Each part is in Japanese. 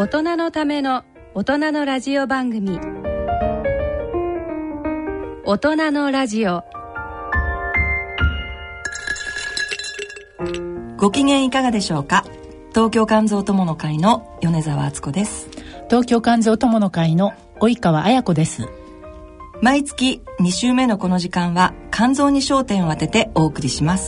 大人のための大人のラジオ番組、大人のラジオ。 ご機嫌いかがでしょうか。東京肝臓友の会の米沢敦子です。 東京肝臓友の会の及川彩子です。 毎月2週目のこの時間は肝臓に焦点を当ててお送りします。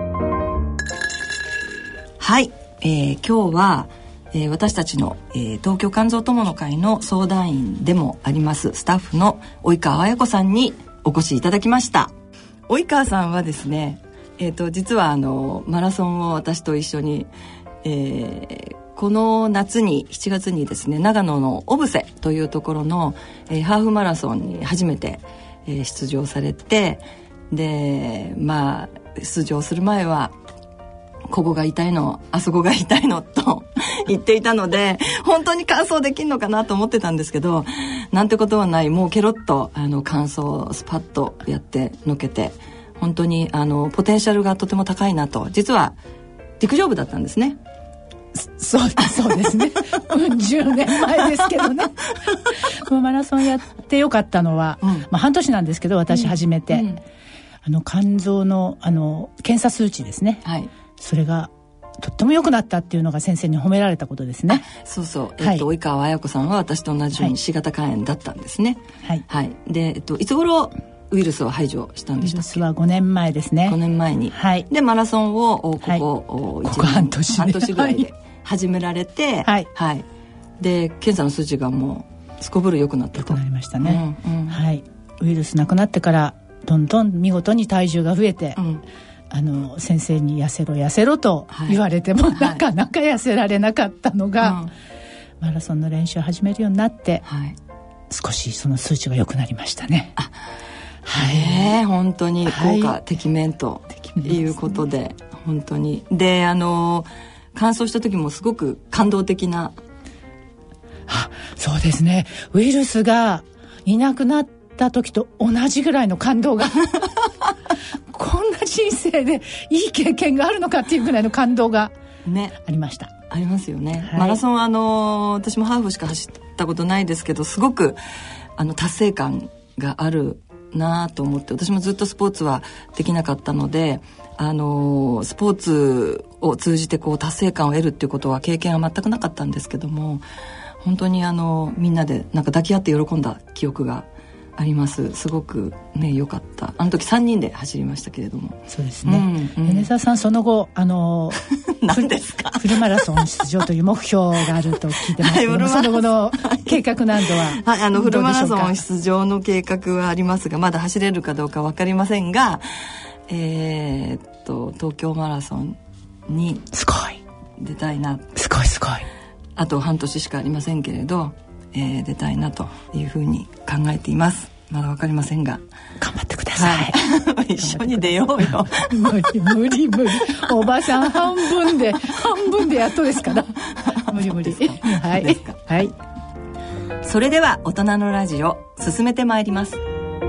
はい、今日は、私たちの、東京肝臓友の会の相談員でもありますスタッフの及川彩子さんにお越しいただきました。及川さんはですね、実はマラソンを私と一緒に、この夏に7月にですね、長野の小布施というところの、ハーフマラソンに初めて、出場されて、で出場する前はここが痛いのあそこが痛いのと言っていたので、本当に完走できるのかなと思ってたんですけど、なんてことはない。もうケロッと完走スパッとやってのけて、本当にポテンシャルがとても高いなと。実は陸上部だったんですね。 そうですね10年前ですけどねこのマラソンやってよかったのは、半年なんですけど、私始めて、肝臓の検査数値ですね、はい、それがとっても良くなったっていうのが先生に褒められたことですね。 そうそう、及川彩子さんは私と同じように C 型肝炎だったんですね。はい、はい、で、いつ頃ウイルスを排除したんでしたっけ。 ウイルスは5年前ですね。 5年前に、はい、でマラソンをここ半年ぐらいで始められて、はいはい、で検査の数値がもうすこぶる良くなったと。 良くなりましたね、はい、ウイルスなくなってからどんどん見事に体重が増えて、先生に痩せろ痩せろと言われても、なかなか痩せられなかったのが、マラソンの練習を始めるようになって、少しその数値が良くなりましたね。 はい、本当に効果てきめんということで、本当にで乾燥した時もすごく感動的な。 そうですね、ウイルスがいなくなった時と同じぐらいの感動がこんな人生でいい経験があるのかっていうぐらいの感動がありました、 ありますよね、マラソン私もハーフしか走ったことないですけど、すごく達成感があるなと思って、私もずっとスポーツはできなかったので、スポーツを通じて達成感を得るっていうことは経験は全くなかったんですけども、本当にみんなでなんか抱き合って喜んだ記憶があります。すごくね良かった。時3人で走りましたけれども。 そうですね、米沢さんその後何ですかフルマラソン出場という目標があると聞いてますけども、その後の計画などはフルマラソン出場の計画はありますが、まだ走れるかどうか分かりませんが、東京マラソンに出たいな。 すごいあと半年しかありませんけれど、出たいなというふうに考えています。まだ分かりませんが頑張ってください、 一緒に出ようよ無理おばさん半分でやっとですから無理はい、 それでは大人のラジオ進めてまいります。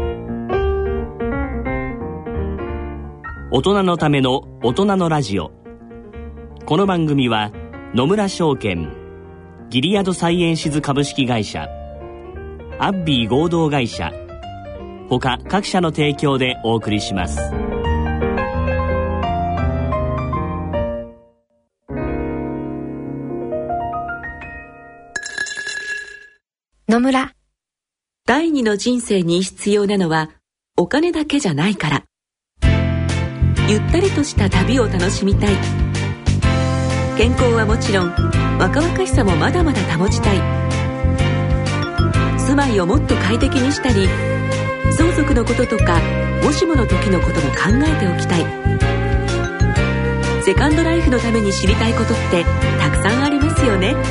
大人のための大人のラジオ。この番組は野村証券、ギリアドサイエンシズ株式会社、アッビー合同会社他各社の提供でお送りします。 野村、第二の人生に必要なのはお金だけじゃないから。ゆったりとした旅を楽しみたい。健康はもちろん若々しさもまだまだ保ちたい。住まいをもっと快適にしたり、相続のこととかもしもの時のことも考えておきたい。セカンドライフのために知りたいことってたくさんありますよね。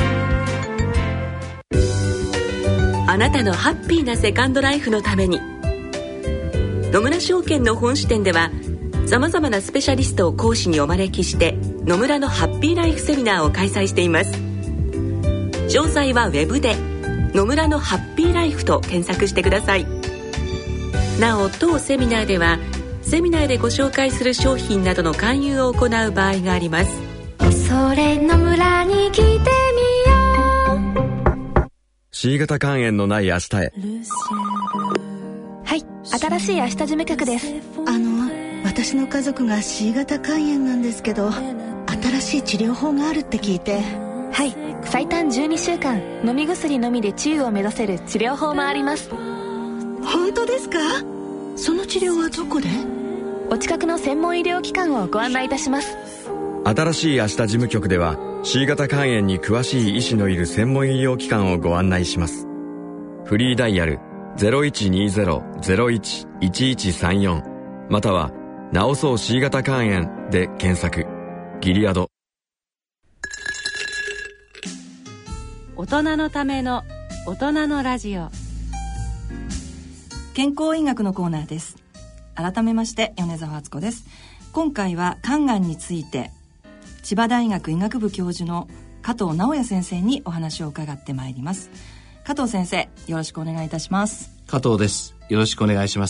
あなたのハッピーなセカンドライフのために、野村証券の本支店ではさまざまなスペシャリストを講師にお招きして野村のハッピーライフセミナーを開催しています。詳細はウェブで野村のハッピーライフと検索してください。なお当セミナーではセミナーでご紹介する商品などの勧誘を行う場合があります。 それ野村に来てみよう。 C 型肝炎のない明日へ。 はい、新しい明日事務局です。 私の家族が C 型肝炎なんですけど、新しい治療法があるって聞いて。 はい、最短12週間飲み薬のみで治癒を目指せる治療法もあります。 本当ですか？その治療はどこで？ お近くの専門医療機関をご案内いたします。 新しい明日事務局では C 型肝炎に詳しい医師のいる専門医療機関をご案内します。フリーダイヤル 0120-01-1134 または治そう C 型肝炎で検索。ギリアド。 大人のための大人のラジオ。 健康医学のコーナーです。改めまして米澤敦子です。今回は肝がんについて千葉大学医学部教授の加藤直也先生にお話を伺ってまいります。加藤先生、よろしくお願いいたします。 加藤です。よろしくお願いします。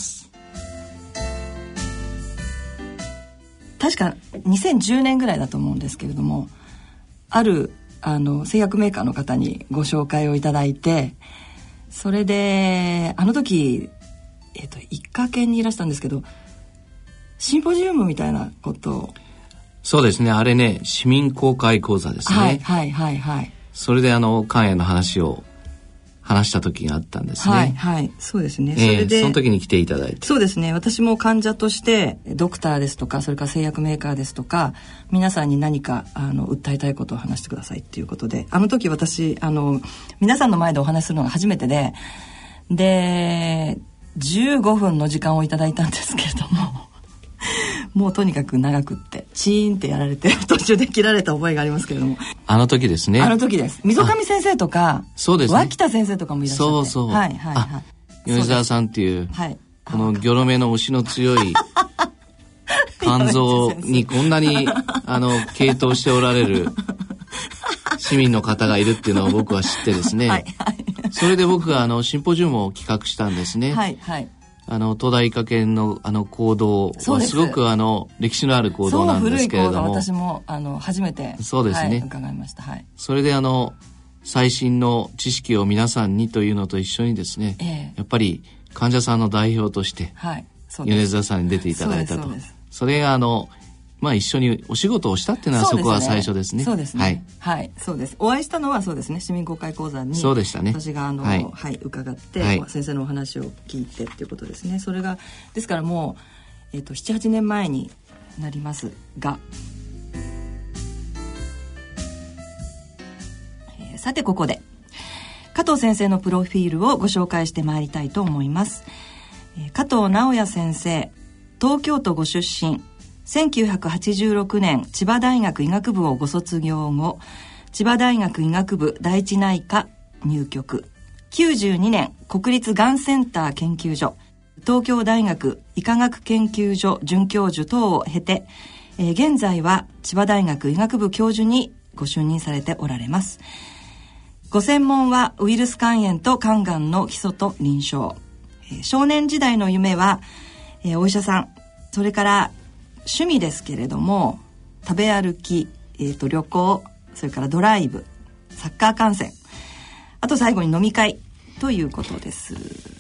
確か2010年ぐらいだと思うんですけれども、ある製薬メーカーの方にご紹介をいただいて、それであの時一科研にいらしたんですけど、シンポジウムみたいなことを。 そうですね、あれね、市民公開講座ですね。 はいはいはいはい。 それで肝炎の話を話した時があったんですね。 はいはい、そうですね。それで、 その時に来ていただいて。 そうですね、私も患者としてドクターですとか、それから製薬メーカーですとか、皆さんに何か訴えたいことを話してくださいっていうことで、あの時私皆さんの前でお話しするのが初めてで15分の時間をいただいたんですけれどももうとにかく長くってチーンってやられて途中で切られた覚えがありますけれども、 あの時ですね。 あの時です。溝上先生とか、 そうですね、 脇田先生とかもいらっしゃって、 そうそう、 はいはいはい、 米沢さんっていう、 はい、 このギョロ目の押しの強い肝臓にこんなに傾倒しておられる市民の方がいるっていうのを僕は知ってですね、はいはい、それで僕がシンポジウムを企画したんですね。はいはい、東大医科研の行動はすごく歴史のある行動なんですけれども、 そう、古い行動、私も初めて、 そうですね、 はい、伺いました。はい、それで最新の知識を皆さんにというのと一緒にですね、やっぱり患者さんの代表として、はい、米沢さんに出ていただいたと。それが一緒にお仕事をしたっていうのは、そこは最初ですね。 そうですね。はい。はい、そうです。お会いしたのはそうですね。市民公開講座に。 そうでしたね。 私がはい、伺って、はい、先生のお話を聞いてっていうことですね。それが、ですからもう、7、8年前になりますが、さてここで、加藤先生のプロフィールをご紹介してまいりたいと思います。加藤直也先生、東京都ご出身、1986年千葉大学医学部をご卒業後、千葉大学医学部第一内科入局、92年国立がんセンター研究所、東京大学医科学研究所准教授等を経て、現在は千葉大学医学部教授にご就任されておられます。ご専門はウイルス肝炎と肝がんの基礎と臨床。少年時代の夢は、お医者さん、それから趣味ですけれども、食べ歩き、旅行、それからドライブ、サッカー観戦、あと最後に飲み会ということです。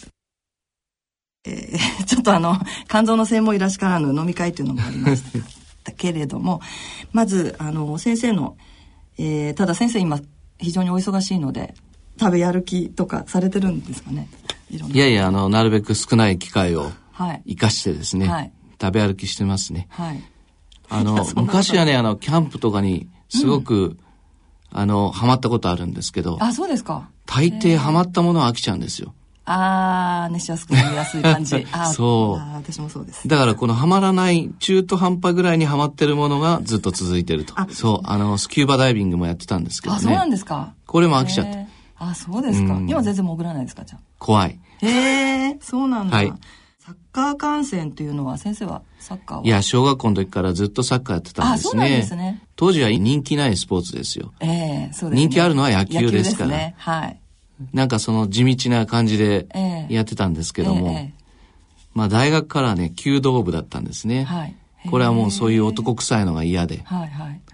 ちょっと肝臓の専門医らしからぬ飲み会というのもありましたけれども、まず先生の、ただ先生今非常にお忙しいので、食べ歩きとかされてるんですかね。 いやいや、なるべく少ない機会を生かしてですね、はい、食べ歩きしてますね。はい、昔はね、キャンプとかにすごく、ハマったことあるんですけど。 あ、そうですか。 大抵ハマったものは飽きちゃうんですよ。 熱しやすくなりやすい感じ。 そう。 私もそうです。 だからこのハマらない中途半端ぐらいにハマってるものがずっと続いてると。そう。スキューバダイビングもやってたんですけどね。 そうなんですか。 これも飽きちゃって。 そうですか。今全然潜らないですか、じゃあ。 怖い。 そうなんだ。 はい。 サッカー観戦というのは、先生はサッカーは？ いや、小学校の時からずっとサッカーやってたんですね。 そうなんですね。 当時は人気ないスポーツですよ。 そうですね。 人気あるのは野球ですから。 野球ですね。はい。 なんかその地道な感じでやってたんですけども、まあ大学からね、弓道部だったんですね。はい。これはもうそういう男臭いのが嫌で。はいはいはい。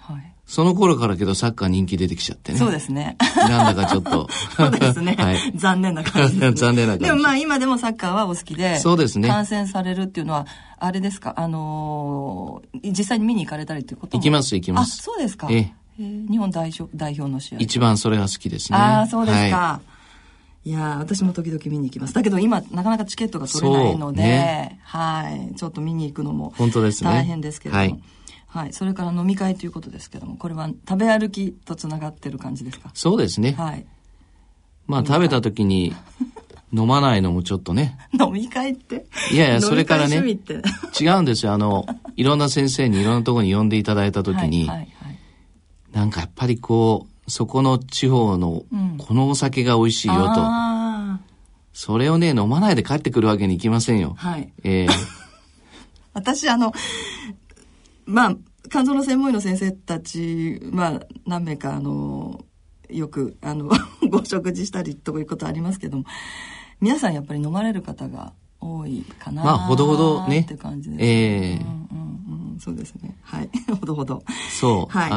その頃からけどサッカー人気出てきちゃってね。 そうですね。 なんだかちょっと。 そうですね。 はい、 残念な感じです、ね。 残念な感じ。 でもまあ今でもサッカーはお好きで。 そうですね。 観戦されるっていうのは、あれですか、実際に見に行かれたりっていうことも。 行きます。あ、 そうですか。日本代表の試合。 一番それが好きですね。 ああ、そうですか。はい、いや私も時々見に行きます。だけど今なかなかチケットが取れないので、ね、はい、ちょっと見に行くのも本当ですね。 大変ですけれども、はい、それから飲み会ということですけども、これは食べ歩きとつながってる感じですか？ そうですね。はい。まあ食べた時に飲まないのもちょっとね。 飲み会って？ いやいや、それからね、違うんですよ。いろんな先生にいろんなところに呼んでいただいた時に、はいはいはい、なんかやっぱりこうそこの地方のこのお酒が美味しいよと、それをね飲まないで帰ってくるわけにいきませんよ。はい。 私まあ肝臓の専門医の先生たちまあ何名かよくご食事したりということありますけども、皆さんやっぱり飲まれる方が多いかな。 まあほどほどね。 っていう感じです。そうですね。はい。ほどほど。 そう。はい。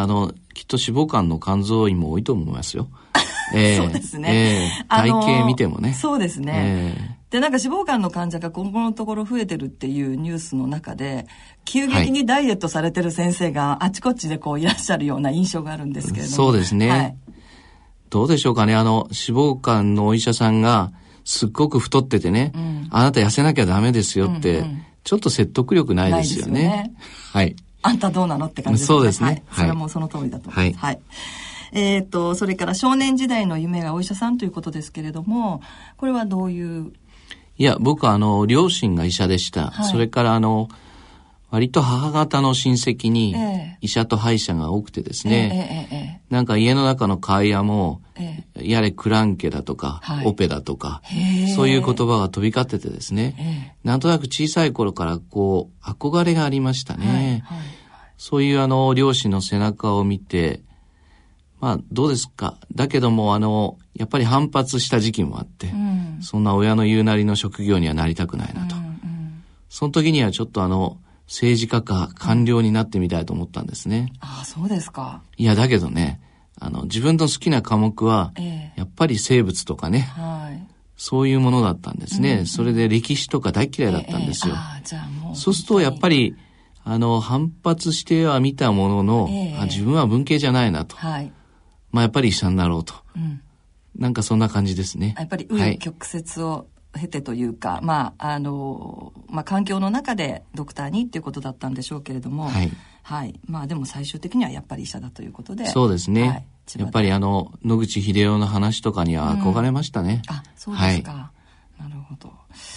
きっと脂肪肝の肝臓医も多いと思いますよ。 そうですね。 体型見てもね。 そうですね。で、なんか脂肪肝の患者が今後のところ増えてるっていうニュースの中で、急激にダイエットされてる先生があちこちでこういらっしゃるような印象があるんですけれども。 そうですね。はい、どうでしょうかね。脂肪肝のお医者さんがすっごく太っててね、あなた痩せなきゃダメですよって、ちょっと説得力ないですよね。ないですよね。はい。 あんたどうなのって感じですね。 そうですね。はい。 それはもうその通りだと思います。はい。それから少年時代の夢がお医者さんということですけれども、これはどういう？ いや、僕は両親が医者でした。はい、それから割と母方の親戚に医者と歯医者が多くてですね、なんか家の中の会話も、やれクランケだとか、オペだとか、そういう言葉が飛び交っててですね、なんとなく小さい頃からこう憧れがありましたね。そういう両親の背中を見て、まあどうですか。だけどもやっぱり反発した時期もあって、そんな親の言うなりの職業にはなりたくないなと。その時にはちょっと政治家か官僚になってみたいと思ったんですね。 ああ、そうですか。 いや、だけどね、自分の好きな科目は、やっぱり生物とかね、そういうものだったんですね。それで歴史とか大嫌いだったんですよ。 じゃあもうそうするとやっぱり、反発しては見たものの、自分は文系じゃないなと。まあやっぱり医者になろうと。なんかそんな感じですね。 やっぱり紆余曲折を経てというか、まあ環境の中でドクターにっていうことだったんでしょうけれども、はい。まあでも最終的にはやっぱり医者だということで。 そうですね。はい、やっぱり野口英世の話とかには憧れましたね。 あ、そうですか。なるほど。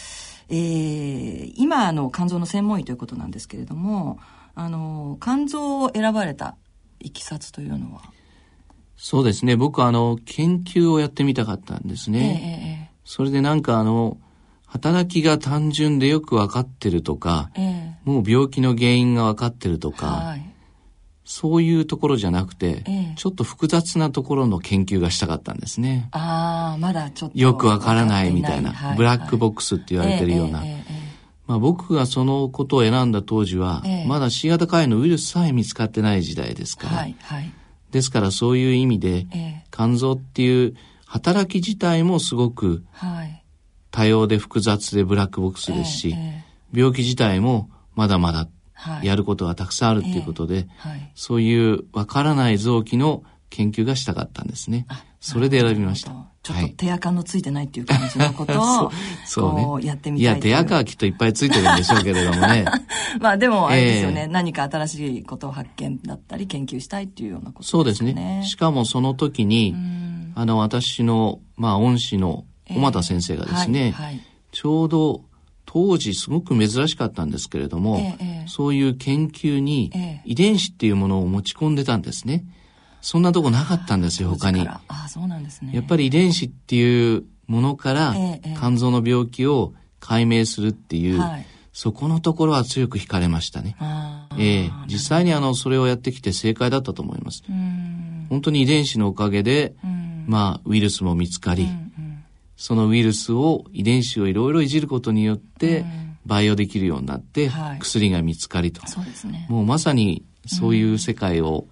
今肝臓の専門医ということなんですけれども、肝臓を選ばれたいきさつというのは？ そうですね。僕研究をやってみたかったんですね。それでなんか働きが単純でよく分かってるとか、もう病気の原因が分かってるとか、そういうところじゃなくて、ちょっと複雑なところの研究がしたかったんですね。 ああ、まだちょっとよく分からないみたいな、ブラックボックスって言われてるような。まあ、僕がそのことを選んだ当時は、まだ C 型肝炎のウイルスさえ見つかってない時代ですから。ですからそういう意味で、肝臓っていう働き自体もすごく多様で複雑でブラックボックスですし、病気自体もまだまだやることがたくさんあるっていうことで、そういうわからない臓器の研究がしたかったんですね。それで選びました。 ちょっと手垢のついてないっていう感じのことをそうね、やってみたい。 いや、手垢はきっといっぱいついてるんでしょうけれどもね。 まあでもあれですよね、何か新しいことを発見だったり研究したいっていうようなことですね。 そうですね。しかもその時に、私の、恩師の小俣先生がですね、ちょうど当時すごく珍しかったんですけれども、そういう研究に遺伝子っていうものを持ち込んでたんですね。そんなとこなかったんですよ、他に。 そうなんですね。 やっぱり遺伝子っていうものから肝臓の病気を解明するっていう、そこのところは強く惹かれましたね。実際にそれをやってきて正解だったと思います。本当に遺伝子のおかげで、ウイルスも見つかり、そのウイルスを遺伝子をいろいろいじることによって培養できるようになって、薬が見つかりと。 そうですね。 もうまさにそういう世界を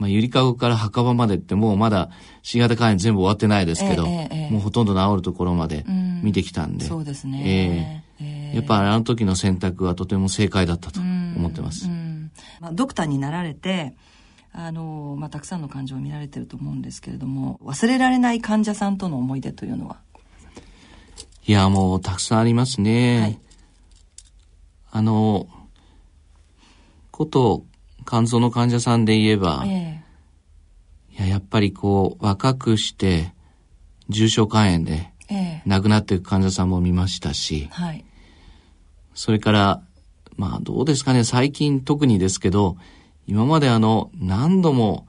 ゆりかごから墓場までってもうまだ C 型肝炎全部終わってないですけど、もうほとんど治るところまで見てきたんで、 そうですね、 やっぱあの時の選択はとても正解だったと思ってます。 ドクターになられてたくさんの患者を見られてると思うんですけれども、忘れられない患者さんとの思い出というのは？ いや、もうたくさんありますね。こと肝臓の患者さんで言えば、やっぱり若くして重症肝炎で亡くなっていく患者さんも見ましたし、それからどうですかね、最近特にですけど、今まで何度も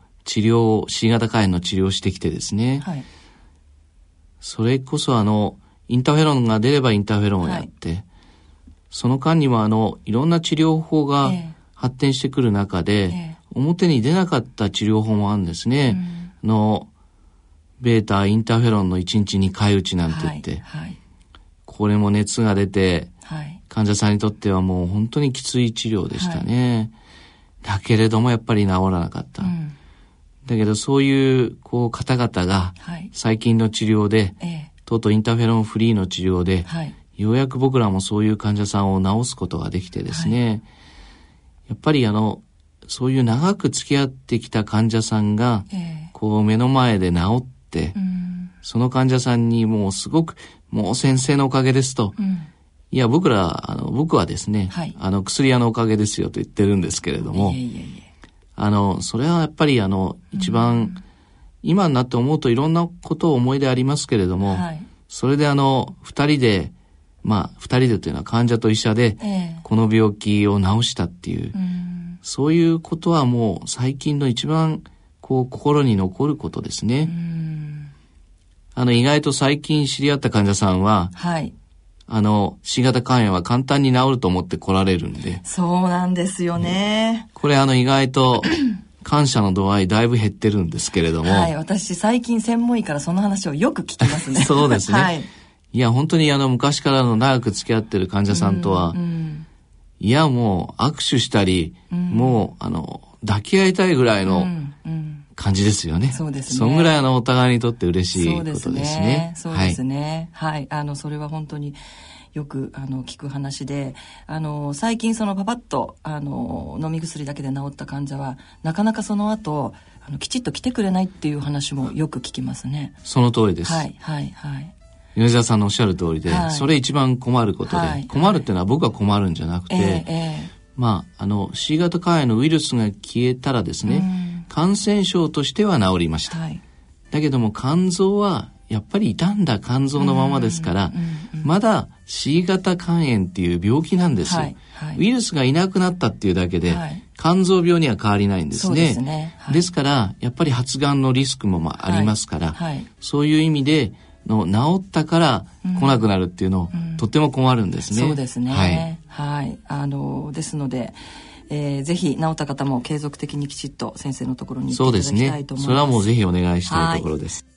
C 型肝炎の治療をしてきてですね、それこそインターフェロンが出ればインターフェロンをやって、その間にもいろんな治療法が発展してくる中で、表に出なかった治療法もあるんですね。ベータインターフェロンの1日2回打ちなんて言って、これも熱が出て、患者さんにとってはもう本当にきつい治療でしたね。だけれどもやっぱり治らなかった。だけどそういう方々が最近の治療で、とうとうインターフェロンフリーの治療で、ようやく僕らもそういう患者さんを治すことができてですね、やっぱりそういう長く付き合ってきた患者さんが、目の前で治って、その患者さんにもうすごく、もう先生のおかげですと、いや僕はですね、薬屋のおかげですよと言ってるんですけれども、それはやっぱり一番、今になって思うといろんなことを思い出ありますけれども、それで二人でというのは患者と医者で、この病気を治したっていう、そういうことはもう最近の一番心に残ることですね。意外と最近知り合った患者さんは、C 型肝炎は簡単に治ると思って来られるんで。 そうなんですよね。 これ意外と感謝の度合いだいぶ減ってるんですけれども。 私最近専門医からその話をよく聞きますね。 そうですね。いや本当に昔からの長く付き合ってる患者さんとは、いやもう握手したり、もう抱き合いたいぐらいの感じですよね。 そうですね。 そんぐらいお互いにとって嬉しいことですね。 そうですね。それは本当によく聞く話で、最近パパッと飲み薬だけで治った患者はなかなかその後きちっと来てくれないっていう話もよく聞きますね。 その通りです。米沢さんのおっしゃる通りで、それ一番困ることで、困るっていうのは僕は困るんじゃなくて、C 型肝炎のウイルスが消えたらですね、感染症としては治りました。だけども肝臓はやっぱり傷んだ肝臓のままですから、まだ C 型肝炎っていう病気なんですよ。ウイルスがいなくなったっていうだけで、肝臓病には変わりないんですね。ですからやっぱり発がんのリスクもありますから、そういう意味で治ったから来なくなるっていうのを、とっても困るんですね。 そうですね。ですので、ぜひ治った方も継続的にきちっと先生のところに行っていただきたいと思います。 それはもうぜひお願いしたいところです。